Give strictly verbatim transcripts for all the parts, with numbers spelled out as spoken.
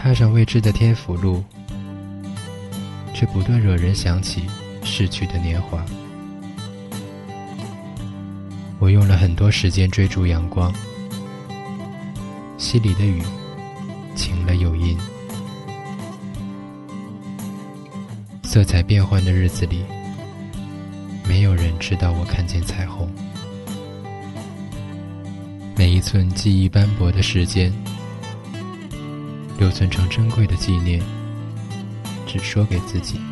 踏上未知的天府路，却不断惹人想起逝去的年华。我用了很多时间追逐阳光，溪里的雨晴了又阴。色彩变幻的日子里，没有人知道我看见彩虹。每一寸记忆斑驳的时间，留存成珍贵的纪念，只说给自己。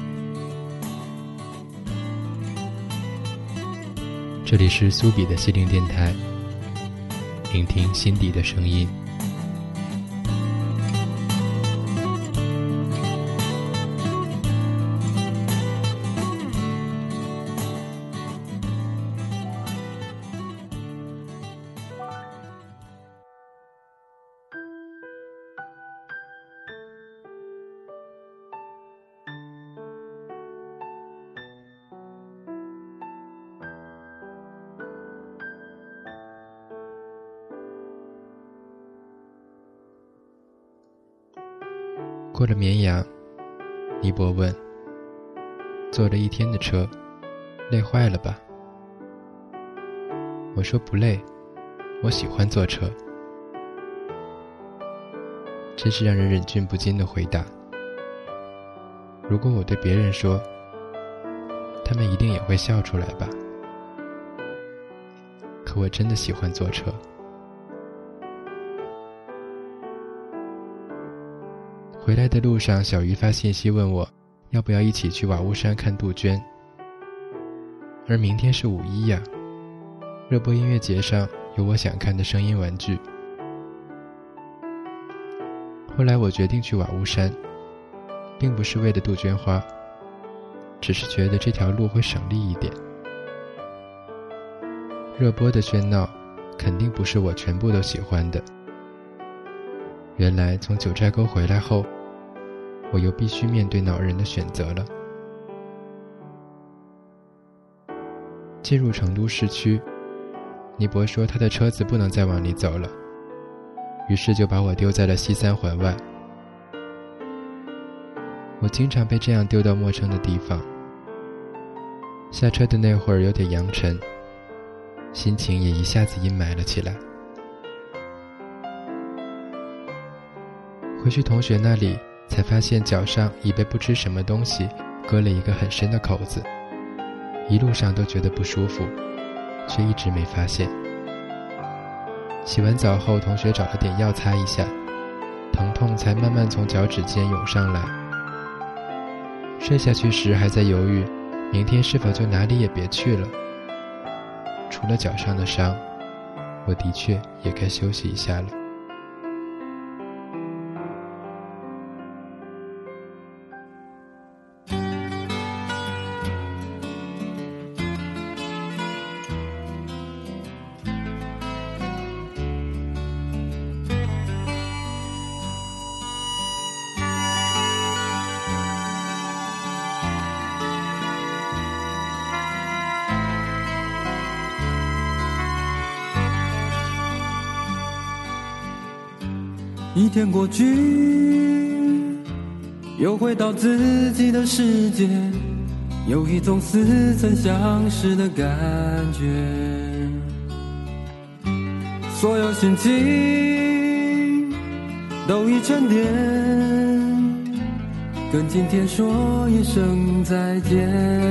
这里是苏比的心灵电台，聆听心底的声音。过了绵阳，尼伯问：坐了一天的车，累坏了吧？我说不累，我喜欢坐车。真是让人忍俊不禁的回答。如果我对别人说，他们一定也会笑出来吧。可我真的喜欢坐车。回来的路上，小鱼发信息问我要不要一起去瓦屋山看杜鹃。而明天是五一呀，热播音乐节上有我想看的声音玩具。后来我决定去瓦屋山，并不是为了杜鹃花，只是觉得这条路会省力一点。热播的喧闹肯定不是我全部都喜欢的。原来从九寨沟回来后，我又必须面对恼人的选择了。进入成都市区，尼伯说他的车子不能再往里走了，于是就把我丢在了西三环外。我经常被这样丢到陌生的地方。下车的那会儿有点扬尘，心情也一下子阴霾了起来。回去同学那里，才发现脚上已被不知什么东西割了一个很深的口子，一路上都觉得不舒服，却一直没发现。洗完澡后，同学找了点药擦一下，疼痛才慢慢从脚趾间涌上来。睡下去时还在犹豫，明天是否就哪里也别去了。除了脚上的伤，我的确也该休息一下了。 一天过去，又回到自己的世界，有一种似曾相识的感觉。所有心情都已沉淀，跟今天说一声再见。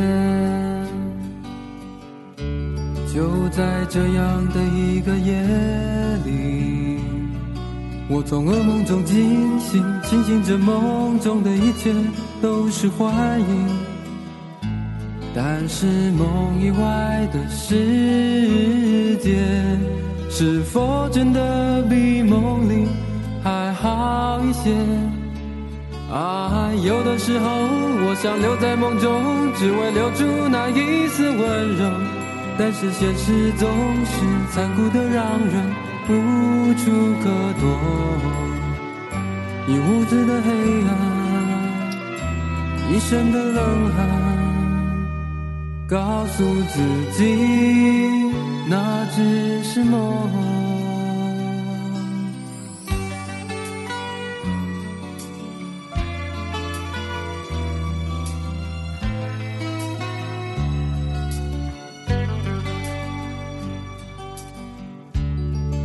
就在这样的一个夜里，我从噩梦中惊醒，庆幸着梦中的一切都是幻影。但是梦以外的世界，是否真的比梦里还好一些？啊，有的时候我想留在梦中，只为留住那一丝温柔。但是现实总是残酷的，让人无处可躲。一屋子的黑暗，一身的冷汗，告诉自己那只是梦。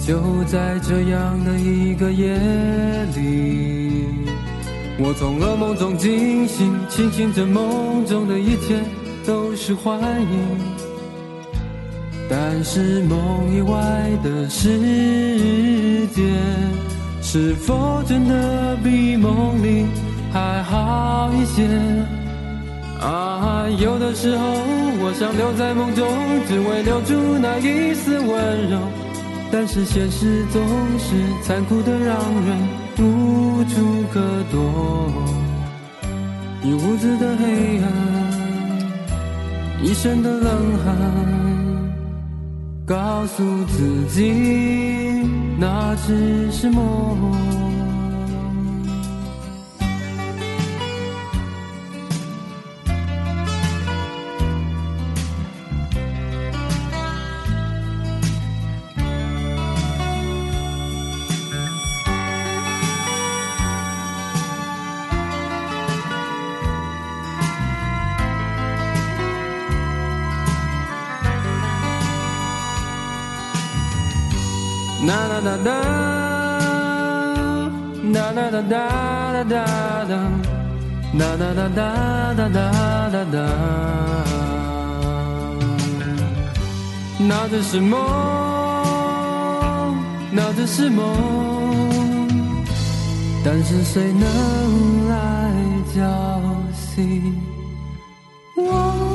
就在这样的一个夜里，我从噩梦中惊醒，庆幸着梦中的一切都是幻影。但是梦以外的世界，是否真的比梦里还好一些？啊，有的时候我想留在梦中，只为留住那一丝温柔，但是现实总是残酷的让人无处可躲。一屋子的黑暗，一身的冷汗，告诉自己那只是梦。啦啦啦啦，啦啦啦啦啦啦，啦啦啦啦啦啦啦啦。那只是梦，那只是梦，但是谁能来叫醒我？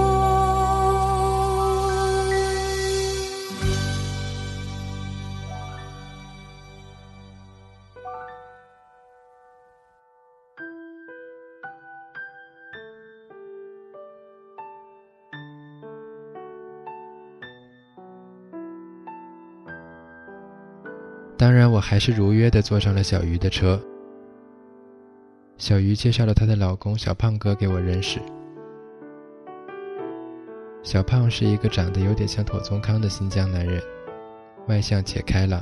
当然，我还是如约地坐上了小鱼的车。小鱼介绍了她的老公小胖哥给我认识。小胖是一个长得有点像妥宗康的新疆男人，外向且开朗。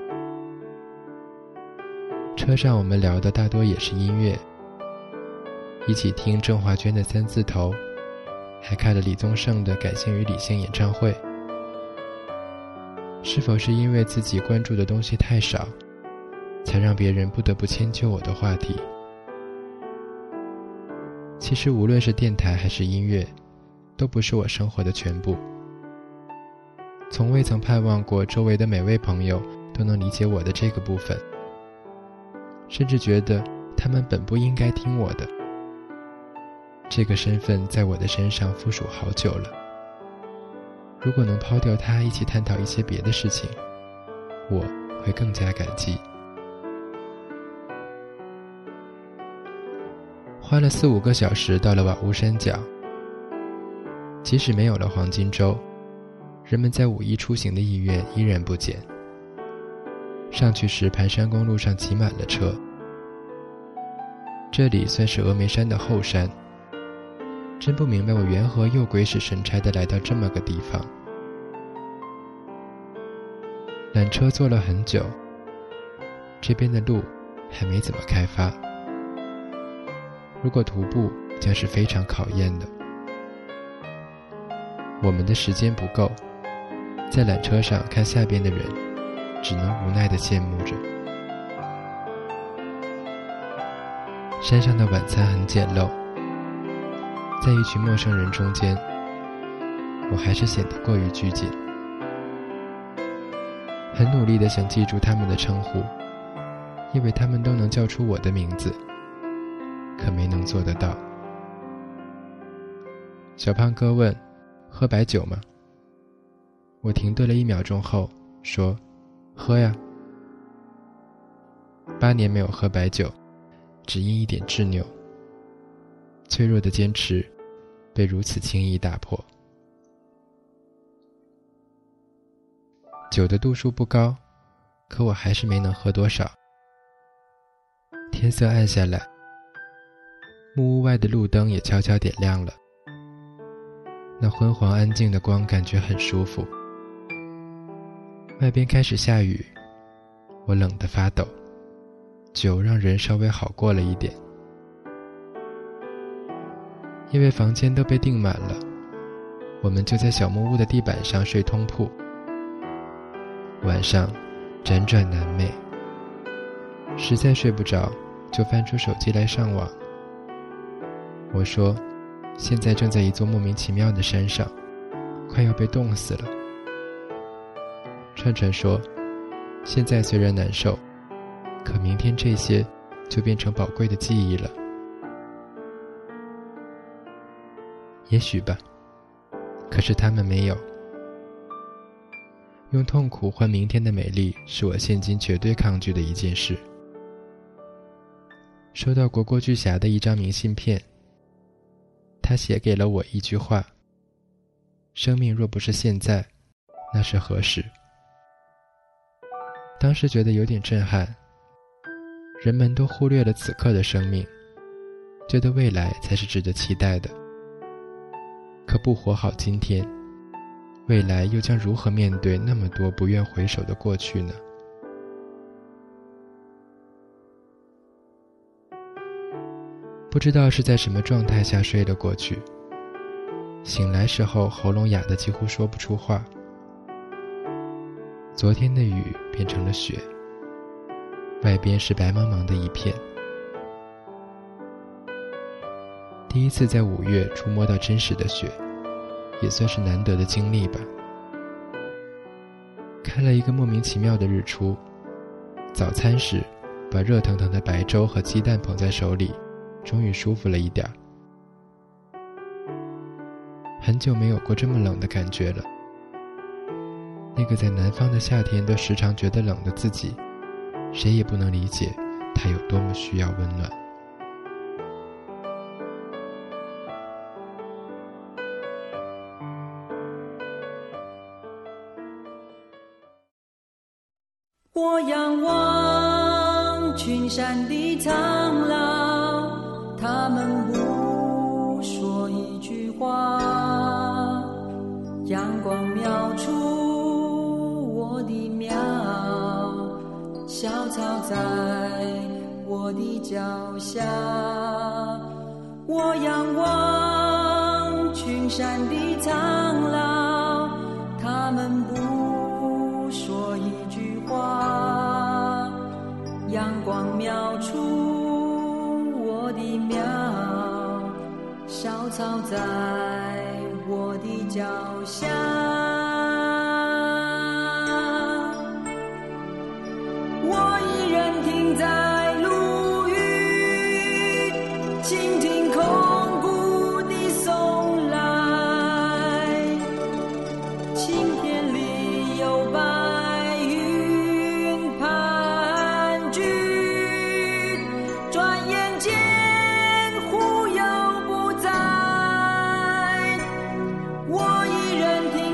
车上我们聊的大多也是音乐，一起听郑华娟的三字头，还看了李宗盛的《感性与理性》演唱会。是否是因为自己关注的东西太少，才让别人不得不迁就我的话题？其实无论是电台还是音乐，都不是我生活的全部。从未曾盼望过周围的每位朋友都能理解我的这个部分，甚至觉得他们本不应该听我的。这个身份在我的身上附属好久了。如果能抛掉它，一起探讨一些别的事情，我会更加感激。花了四五个小时到了瓦屋山脚。即使没有了黄金周，人们在五一出行的意愿依然不减。上去时盘山公路上挤满了车。这里算是峨眉山的后山，真不明白我缘何又鬼使神差地来到这么个地方。缆车坐了很久，这边的路还没怎么开发，如果徒步将是非常考验的。我们的时间不够，在缆车上看下边的人，只能无奈地羡慕着。山上的晚餐很简陋，在一群陌生人中间，我还是显得过于拘谨。很努力地想记住他们的称呼，因为他们都能叫出我的名字，可没能做得到。小胖哥问：喝白酒吗？我停顿了一秒钟后说：喝呀。八年没有喝白酒，只因一点执拗，脆弱的坚持被如此轻易打破。酒的度数不高，可我还是没能喝多少。天色暗下来，木屋外的路灯也悄悄点亮了，那昏黄安静的光感觉很舒服。外边开始下雨，我冷得发抖，酒让人稍微好过了一点。因为房间都被订满了，我们就在小木屋的地板上睡通铺。晚上辗转难寐，实在睡不着，就翻出手机来上网。我说，现在正在一座莫名其妙的山上，快要被冻死了。串串说，现在虽然难受，可明天这些就变成宝贵的记忆了。也许吧，可是他们没有。用痛苦换明天的美丽，是我现今绝对抗拒的一件事。收到国国巨侠的一张明信片，他写给了我一句话：生命若不是现在，那是何时？当时觉得有点震撼，人们都忽略了此刻的生命，觉得未来才是值得期待的。可不活好今天，未来又将如何面对那么多不愿回首的过去呢？不知道是在什么状态下睡了过去，醒来时候喉咙哑得几乎说不出话。昨天的雨变成了雪，外边是白茫茫的一片。第一次在五月触摸到真实的雪，也算是难得的经历吧。看了一个莫名其妙的日出，早餐时把热腾腾的白粥和鸡蛋捧在手里，终于舒服了一点。很久没有过这么冷的感觉了。那个在南方的夏天都时常觉得冷的自己，谁也不能理解他有多么需要温暖。 我仰望群山的苍老，他们不说一句话，阳光描出我的苗，小草在我的脚下。我仰望群山的苍老，他们不说一句话，阳光描出我的苗，小草在我的脚下。我一人停在路隅，倾听空谷的颂来，晴天里有白云盘踞，转眼间忽又不在。我一人停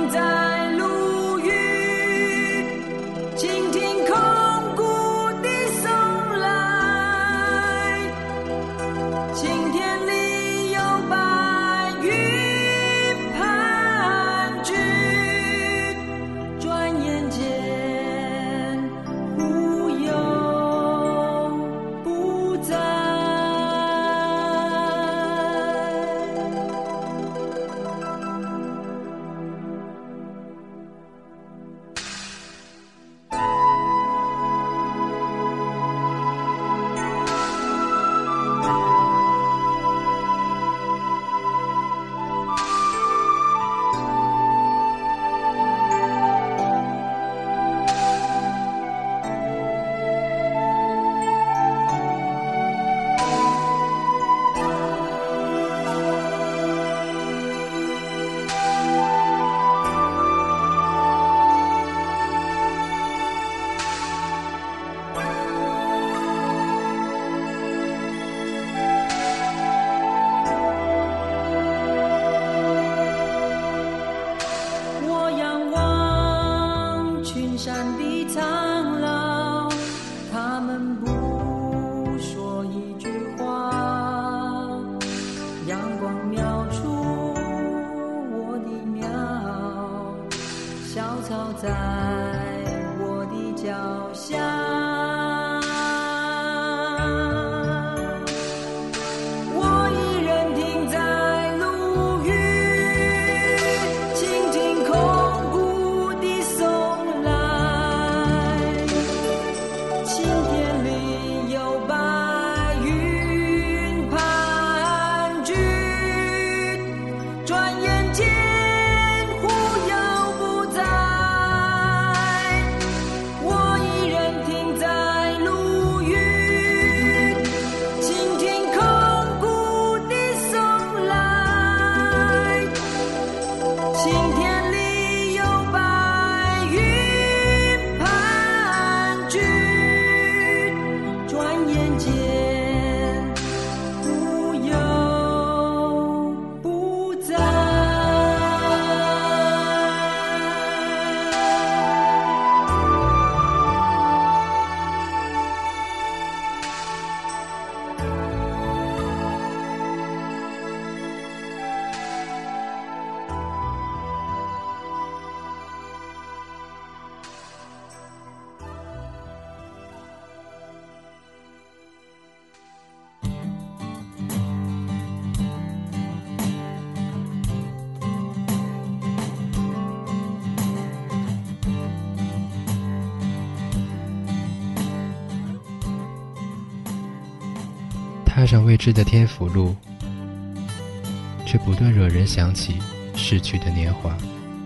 踏上未知的天府路，却不断惹人想起逝去的年华。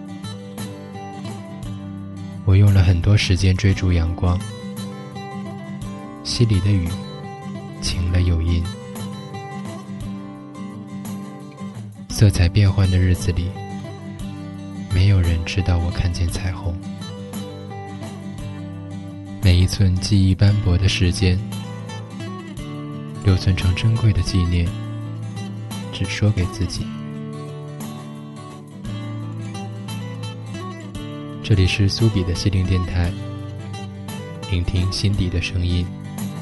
我用了很多时间追逐阳光，溪里的雨晴了又阴。色彩变幻的日子里，没有人知道我看见彩虹。每一寸记忆斑驳的时间，留存成珍贵的纪念，只说给自己。这里是苏比的心灵电台，聆听心底的声音。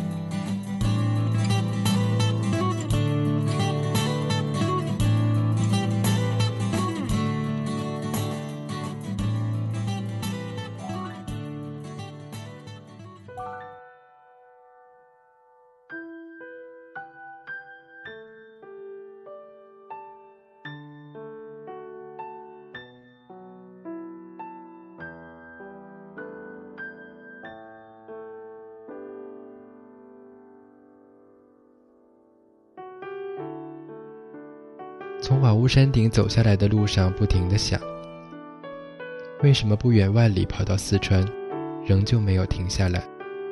从瓦屋山顶走下来的路上，不停地想，为什么不远万里跑到四川，仍旧没有停下来？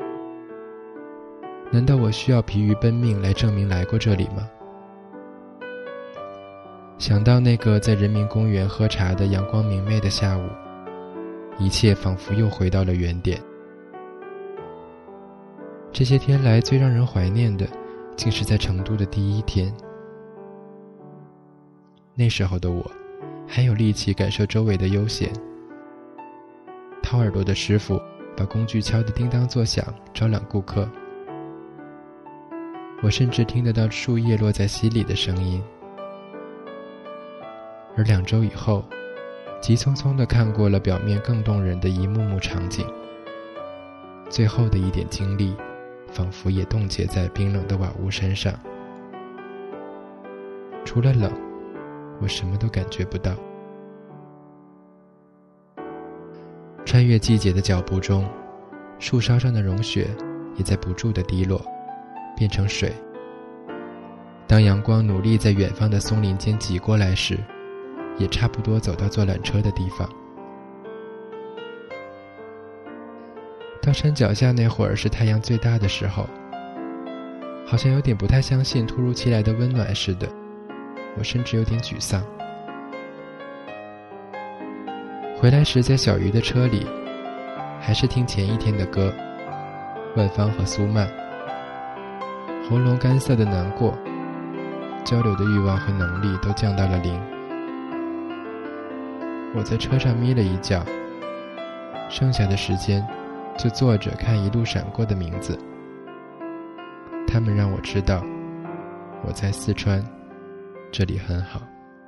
难道我需要疲于奔命来证明来过这里吗？想到那个在人民公园喝茶的阳光明媚的下午，一切仿佛又回到了原点。这些天来最让人怀念的，竟是在成都的第一天。那时候的我，还有力气感受周围的悠闲。掏耳朵的师傅把工具敲得叮当作响，招揽顾客。我甚至听得到树叶落在溪里的声音。而两周以后，急匆匆地看过了表面更动人的一幕幕场景，最后的一点精力，仿佛也冻结在冰冷的瓦屋山上。除了冷，我什么都感觉不到。穿越季节的脚步中，树梢上的融雪也在不住地滴落，变成水。当阳光努力在远方的松林间挤过来时，也差不多走到坐缆车的地方。到山脚下那会儿是太阳最大的时候，好像有点不太相信突如其来的温暖似的，我甚至有点沮丧。回来时在小鱼的车里，还是听前一天的歌，万芳和苏曼。喉咙干涩的难过，交流的欲望和能力都降到了零。我在车上眯了一觉，剩下的时间就坐着看一路闪过的名字。他们让我知道，我在四川，这里很好。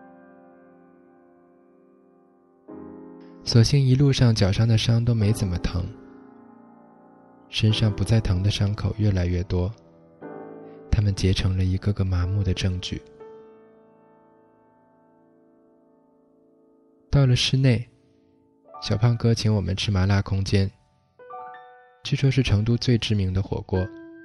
所幸一路上脚上的伤都没怎么疼，身上不再疼的伤口越来越多，它们结成了一个个麻木的证据。到了室内，小胖哥请我们吃麻辣空间，据说是成都最知名的火锅。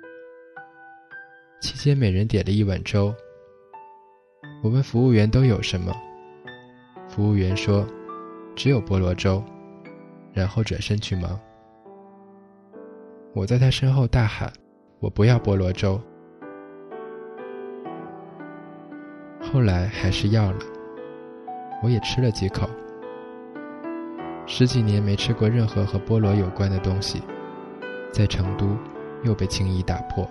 期间每人点了一碗粥。我问服务员都有什么，服务员说只有菠萝粥，然后转身去忙。我在他身后大喊，我不要菠萝粥。后来还是要了，我也吃了几口。十几年没吃过任何和菠萝有关的东西，在成都又被轻易打破。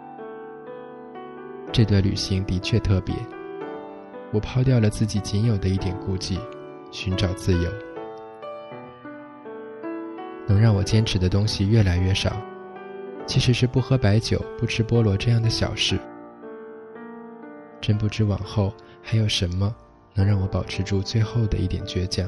这段旅行的确特别，我抛掉了自己仅有的一点顾忌，寻找自由。能让我坚持的东西越来越少，其实是不喝白酒、不吃菠萝这样的小事。真不知往后还有什么能让我保持住最后的一点倔强。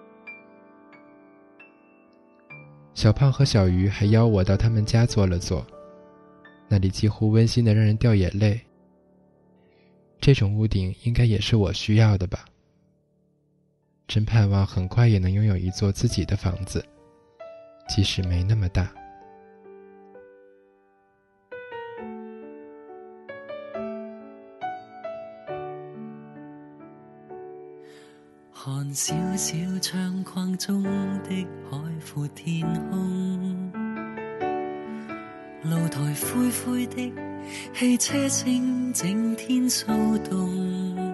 小胖和小鱼还邀我到他们家坐了坐，那里几乎温馨得让人掉眼泪。这种屋顶应该也是我需要的吧。真盼望很快也能拥有一座自己的房子，即使没那么大。 看小小窗框中的海闊天空，露台灰灰的汽車聲整天騷動，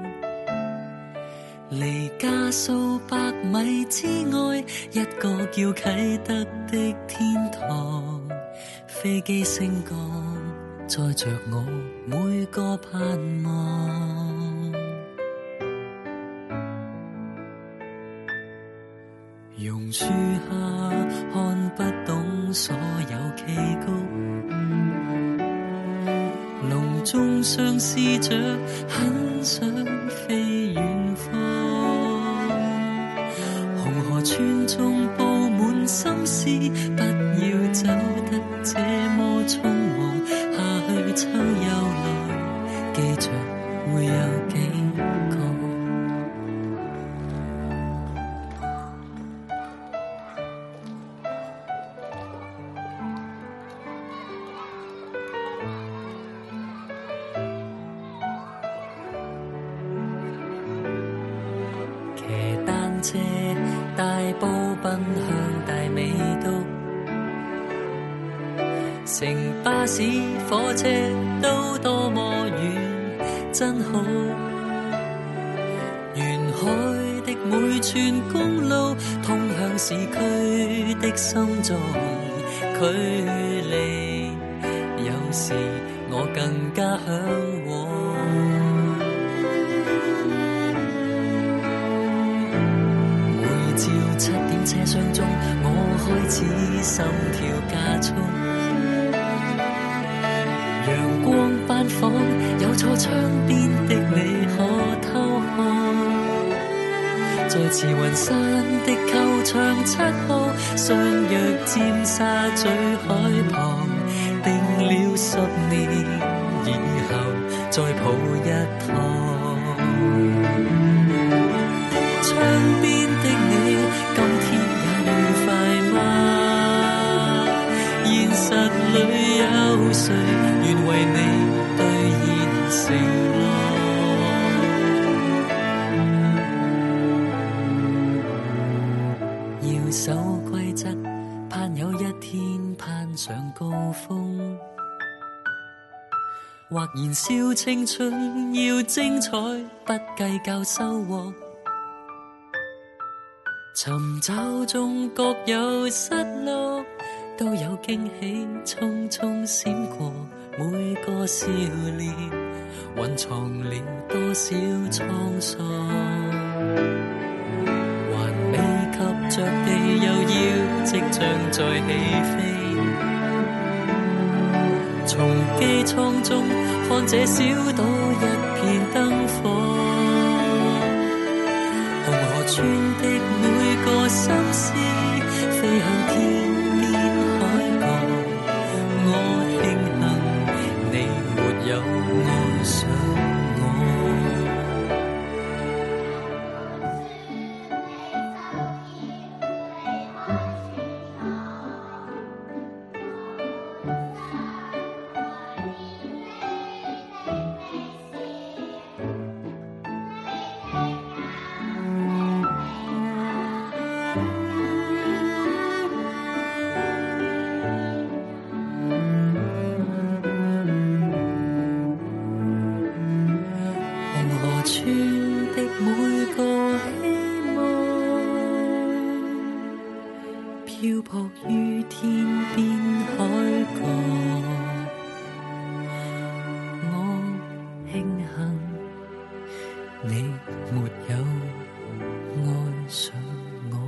離家數百米之外，一個叫啟德的天堂，飛機升降載着我每個盼望。榕樹下看不懂所有旗曲，籠中相思着很想飛遠方，紅河川中布滿心思，不要走得這麼匆忙，夏去秋又來，記着會有幾個。車大步奔向大美督，乘巴士火車都多麼遠，真好。沿海的每寸公路通向市區的心臟，距離有時我更加向往。七點車廂中，我開始心跳加速。陽光班房有錯窗邊的你可偷看，在慈雲山的球場七號相約尖沙咀海旁，定了十年以後再抱一趟。窗邊的你今天也愉快嗎？現實裏有誰願為你兌現承諾？要守規則，盼有一天攀上高峰，或燃燒青春要精彩，不計較收穫。尋找中各有失落，都有驚喜匆匆閃過，每個少年蘊藏了多少滄桑，還未及着地又要即將再起飛，從機艙中看這小島一片燈火，紅河村的每個心思飛向天邊海角，我慶幸你沒有愛上漂泊於天邊海角，我慶幸你沒有愛上我。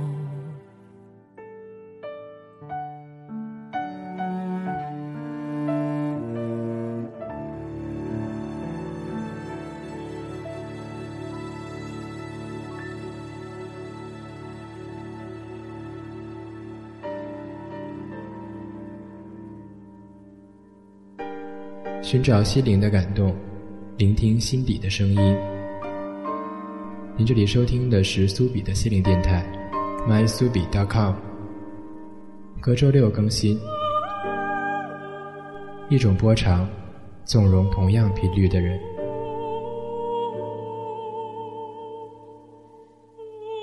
寻找心灵的感动，聆听心底的声音。您这里收听的是苏比的心灵电台 my subi dot com， 隔周六更新，一种波长纵容同样频率的人。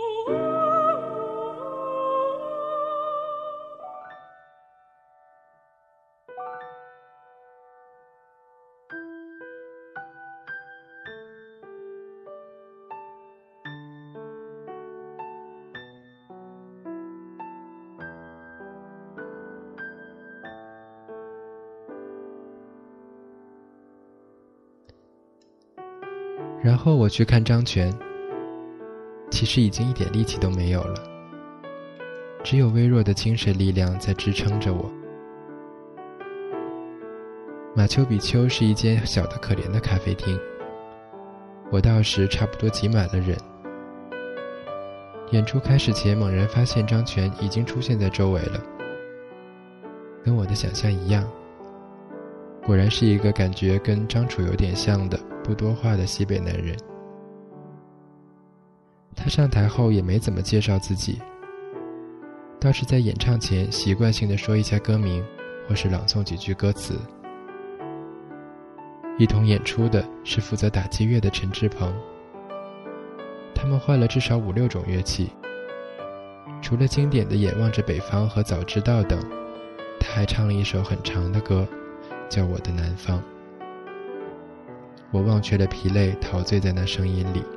然后我去看张全，其实已经一点力气都没有了，只有微弱的精神力量在支撑着我。马丘比丘是一间小的可怜的咖啡厅，我到时差不多挤满了人。演出开始前，猛然发现张全已经出现在周围了，跟我的想象一样，果然是一个感觉跟张楚有点像的不多话的西北男人。他上台后也没怎么介绍自己，倒是在演唱前习惯性地说一下歌名，或是朗诵几句歌词。一同演出的是负责打击乐的陈志鹏，他们换了至少五六种乐器，除了经典的《眼望着北方》和《早知道》等，他还唱了一首很长的歌，叫《我的南方》。我忘却了疲累，陶醉在那声音里。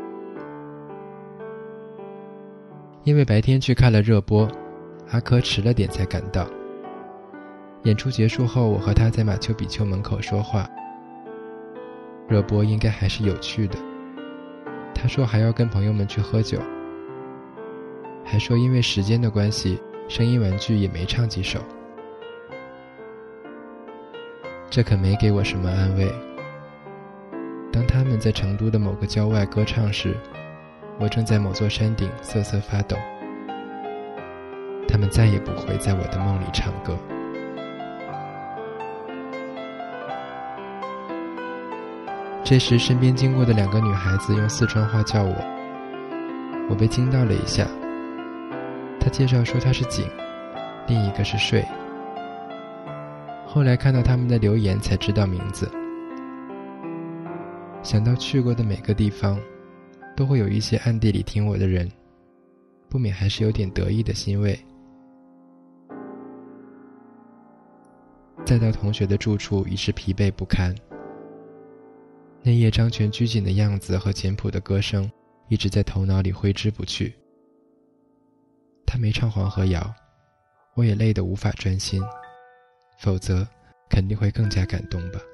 因为白天去看了热播，阿珂迟了点才赶到。演出结束后，我和他在马丘比丘门口说话。热播应该还是有趣的，他说还要跟朋友们去喝酒，还说因为时间的关系，声音玩具也没唱几首。这可没给我什么安慰。当他们在成都的某个郊外歌唱时，我正在某座山顶瑟瑟发抖。他们再也不会在我的梦里唱歌。这时身边经过的两个女孩子用四川话叫我，我被惊到了一下。她介绍说她是景，另一个是睡。后来看到他们的留言才知道名字。想到去过的每个地方都会有一些暗地里听我的人，不免还是有点得意的欣慰。再到同学的住处已是疲惫不堪。那夜张全拘谨的样子和简朴的歌声一直在头脑里挥之不去。他没唱黄河谣，我也累得无法专心，否则肯定会更加感动吧。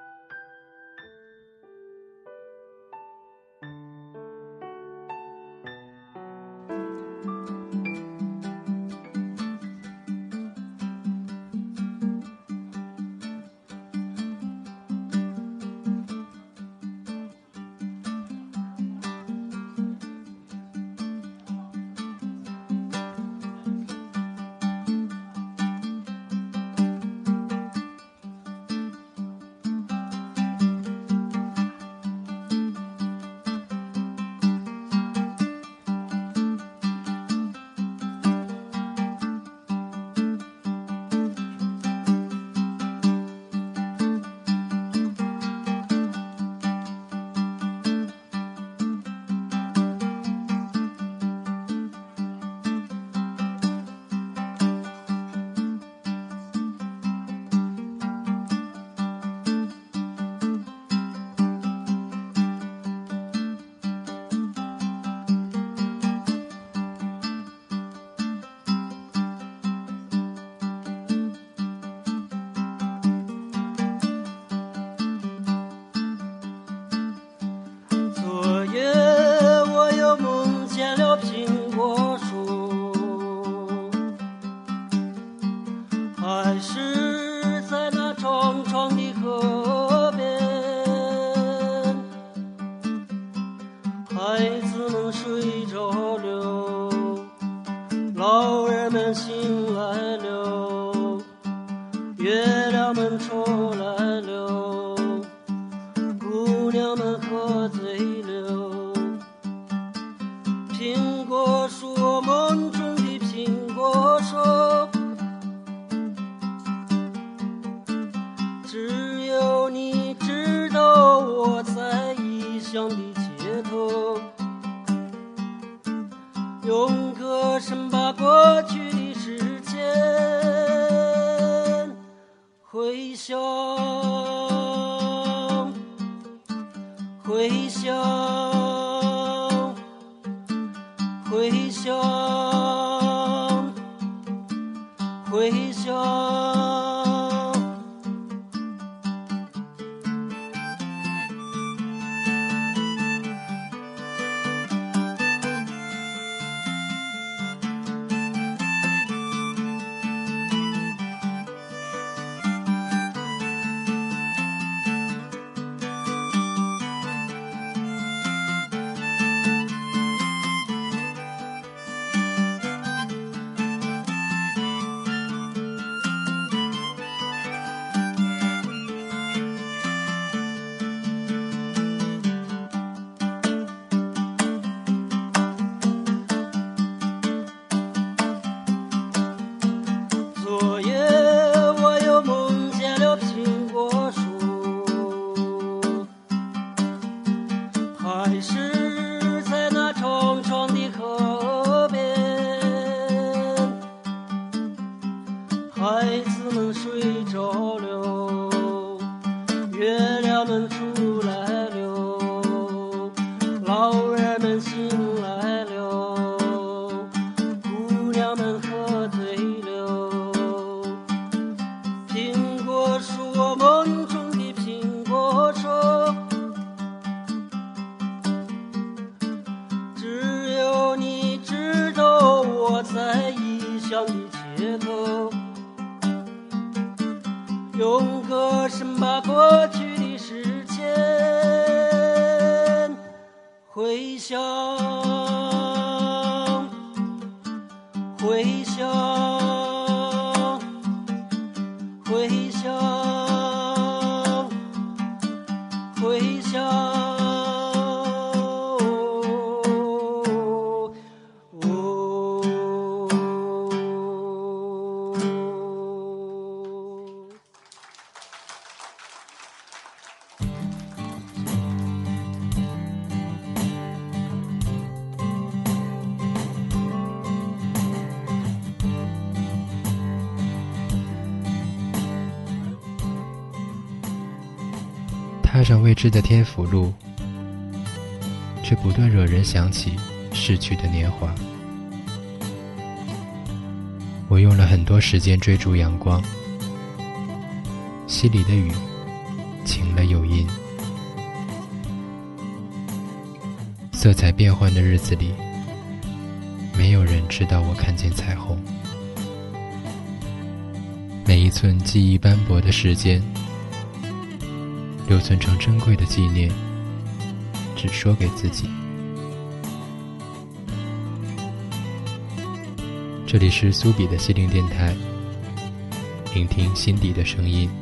用歌声把过去的时间回想，回想，回想，回想。 们出来了，老人们醒来了，姑娘们喝醉了。苹果树，我梦中的苹果树，只有你知道我在异乡的街头，用歌声把过去的时间回想，回想，回想，回想。 踏上未知的天府路，却不断惹人想起逝去的年华。我用了很多时间追逐阳光，溪里的雨晴了又阴。色彩变幻的日子里，没有人知道我看见彩虹。每一寸记忆斑驳的时间，留存成珍贵的纪念，只说给自己。这里是苏比的心灵电台，聆听心底的声音。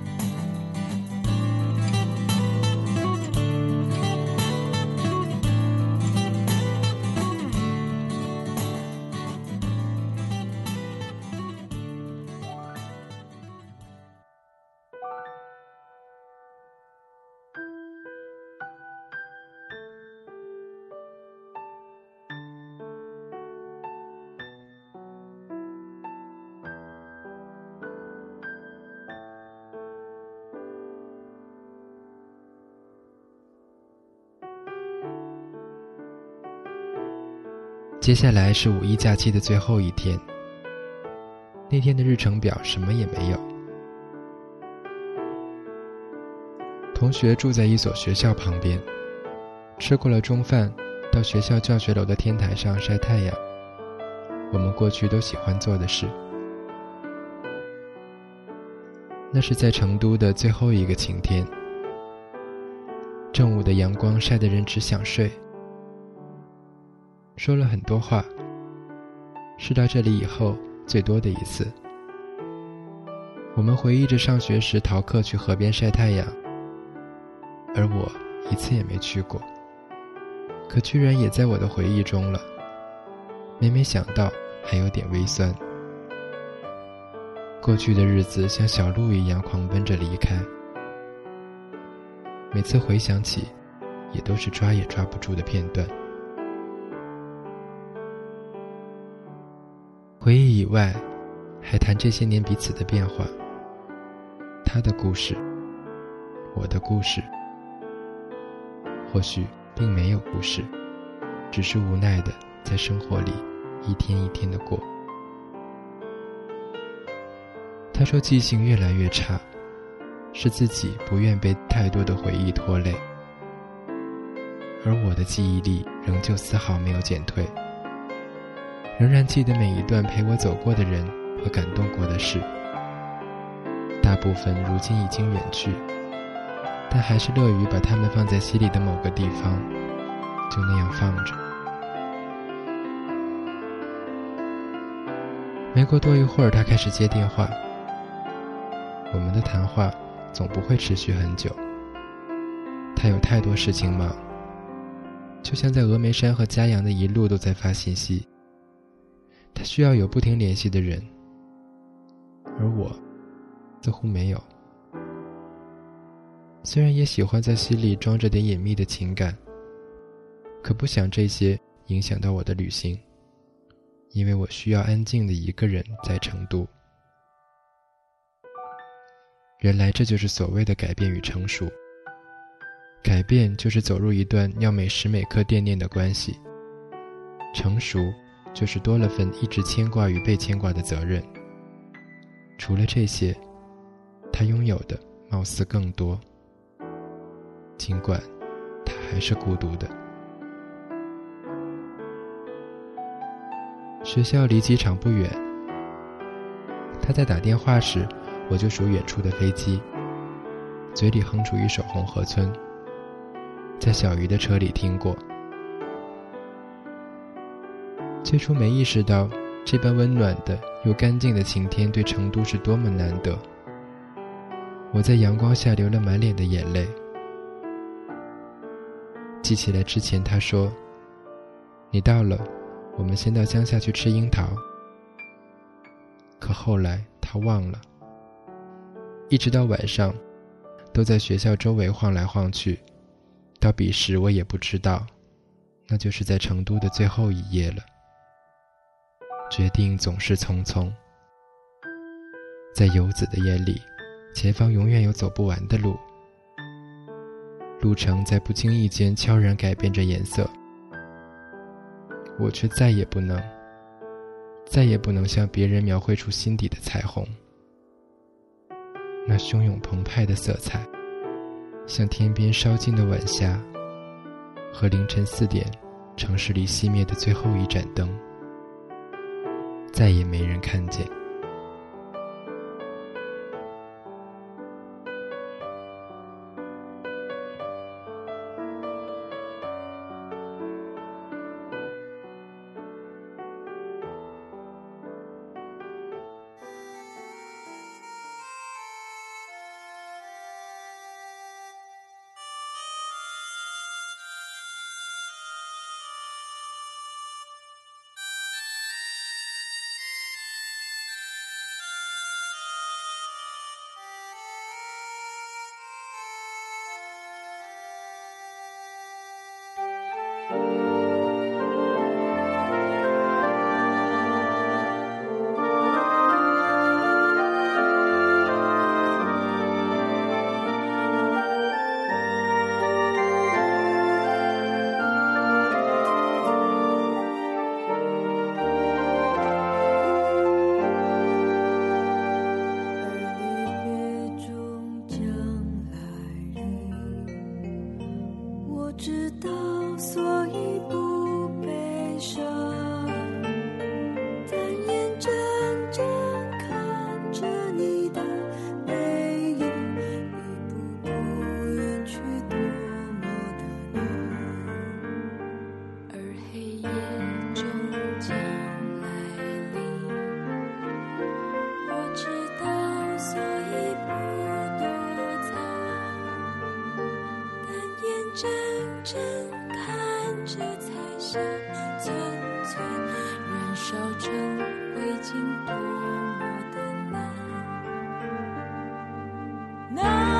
接下来是五一假期的最后一天，那天的日程表什么也没有。同学住在一所学校旁边，吃过了中饭，到学校教学楼的天台上晒太阳，我们过去都喜欢做的事。那是在成都的最后一个晴天，正午的阳光晒得人只想睡。说了很多话，是到这里以后最多的一次。我们回忆着上学时逃课去河边晒太阳，而我一次也没去过，可居然也在我的回忆中了。每每想到还有点微酸。过去的日子像小鹿一样狂奔着离开，每次回想起也都是抓也抓不住的片段。回忆以外，还谈这些年彼此的变化，他的故事，我的故事，或许并没有故事，只是无奈的在生活里一天一天的过。他说记性越来越差，是自己不愿被太多的回忆拖累，而我的记忆力仍旧丝毫没有减退，仍然记得每一段陪我走过的人和感动过的事，大部分如今已经远去，但还是乐于把它们放在心里的某个地方，就那样放着。没过多一会儿，他开始接电话，我们的谈话总不会持续很久，他有太多事情忙，就像在峨眉山和嘉阳的一路都在发信息，他需要有不停联系的人，而我似乎没有。虽然也喜欢在心里装着点隐秘的情感，可不想这些影响到我的旅行，因为我需要安静的一个人在成都。原来这就是所谓的改变与成熟， 改变就是走入一段要每时每刻惦念的关系，成熟就是多了份一直牵挂与被牵挂的责任。除了这些，他拥有的貌似更多，尽管他还是孤独的。学校离机场不远，他在打电话时，我就数远处的飞机，嘴里哼出一首《红河村》，在小鱼的车里听过。最初没意识到这般温暖的又干净的晴天对成都是多么难得。我在阳光下流了满脸的眼泪，记起来之前他说，你到了，我们先到乡下去吃樱桃。可后来他忘了，一直到晚上都在学校周围晃来晃去，到彼时我也不知道，那就是在成都的最后一夜了。决定总是匆匆，在游子的眼里，前方永远有走不完的路，路程在不经意间悄然改变着颜色，我却再也不能再也不能向别人描绘出心底的彩虹。那汹涌澎湃的色彩，像天边烧尽的晚霞，和凌晨四点城市里熄灭的最后一盏灯，再也没人看见。 真正看着彩霞寸寸燃烧成灰烬，多么的难难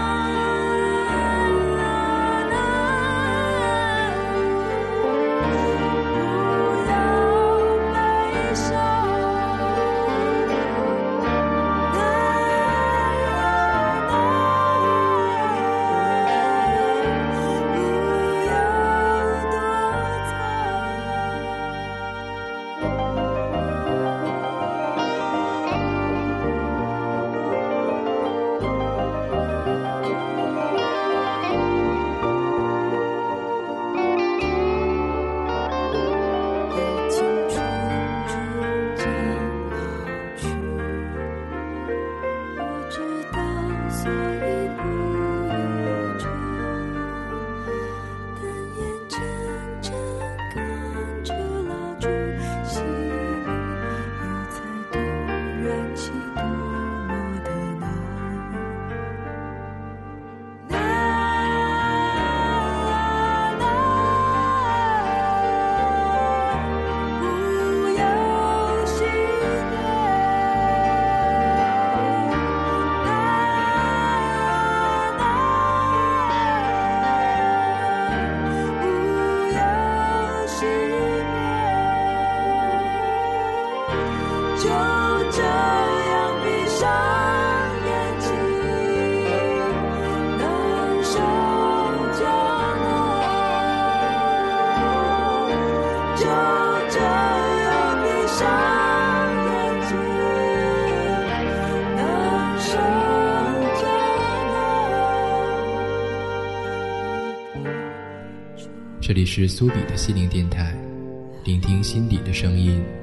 这里是苏比的心灵电台，聆听心底的声音。